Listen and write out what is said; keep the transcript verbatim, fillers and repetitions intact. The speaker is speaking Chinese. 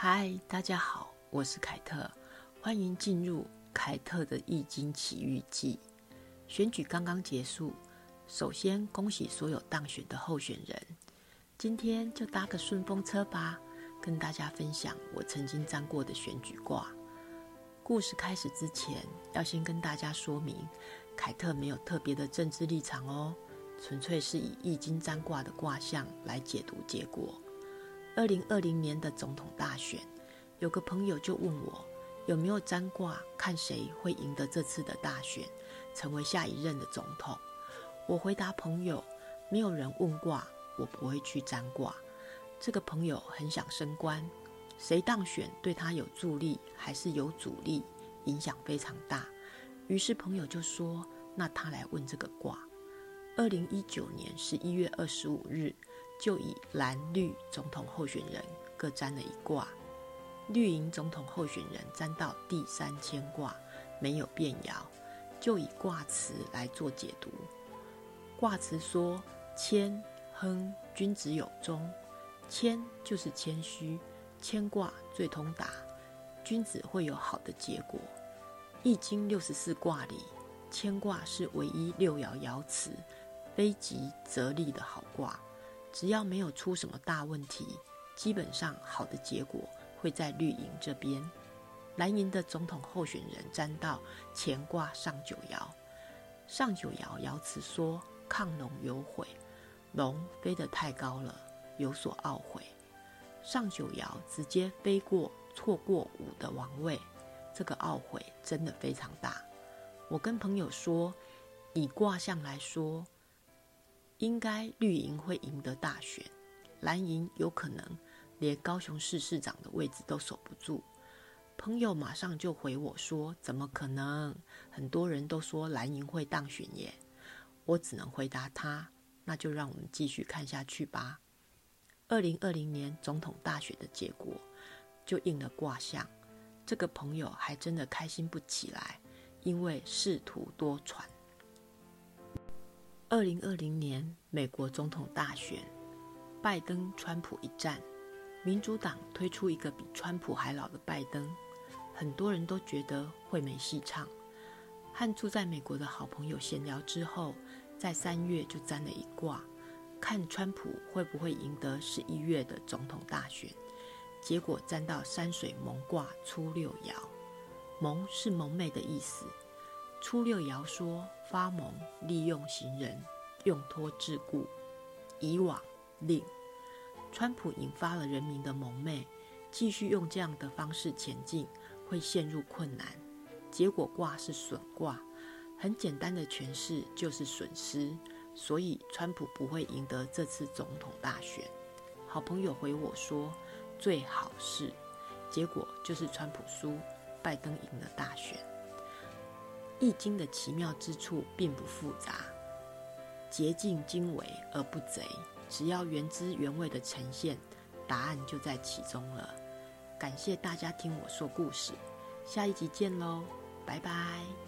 嗨，大家好，我是凯特，欢迎进入凯特的易经奇遇记。选举刚刚结束，首先恭喜所有当选的候选人。今天就搭个顺风车吧，跟大家分享我曾经占过的选举卦。故事开始之前，要先跟大家说明，凯特没有特别的政治立场哦，纯粹是以易经占卦的卦象来解读结果。二零二零年的总统大选，有个朋友就问我有没有占卦看谁会赢得这次的大选，成为下一任的总统。我回答朋友，没有人问卦，我不会去占卦。这个朋友很想升官，谁当选对他有助力还是有阻力，影响非常大。于是朋友就说，那他来问这个卦。二零一九年十一月二十五日，就以蓝绿总统候选人各占了一卦。绿营总统候选人占到第三牵卦，没有变爻，就以卦辞来做解读。卦辞说，谦亨君子有终，谦就是谦虚，谦卦最通达，君子会有好的结果。易经六十四卦里，谦卦是唯一六爻爻辞非吉则利的好卦，只要没有出什么大问题，基本上好的结果会在绿营这边。蓝营的总统候选人占到乾卦上九爻，上九爻爻辞说，亢龙有悔，龙飞得太高了，有所懊悔。上九爻直接飞过错过五的王位，这个懊悔真的非常大。我跟朋友说，以卦象来说，应该绿营会赢得大选，蓝营有可能连高雄市市长的位置都守不住。朋友马上就回我说，怎么可能？很多人都说蓝营会当选耶。我只能回答他，那就让我们继续看下去吧。二零二零年总统大选的结果就应了卦象，这个朋友还真的开心不起来，因为仕途多舛。二零二零年美国总统大选，拜登川普一战，民主党推出一个比川普还老的拜登，很多人都觉得会没戏唱。和住在美国的好朋友闲聊之后，在三月就占了一卦，看川普会不会赢得十一月的总统大选。结果占到山水蒙卦初六爻，蒙是蒙昧的意思。初六爻说，发蒙利用行人，用托桎梏，以往令。川普引发了人民的蒙昧，继续用这样的方式前进，会陷入困难。结果卦是损卦，很简单的诠释就是损失，所以川普不会赢得这次总统大选。好朋友回我说，最好是，结果就是川普输，拜登赢了大选。易经的奇妙之处并不复杂，竭尽经纬而不贼，只要原汁原味的呈现，答案就在其中了。感谢大家听我说故事，下一集见喽，拜拜。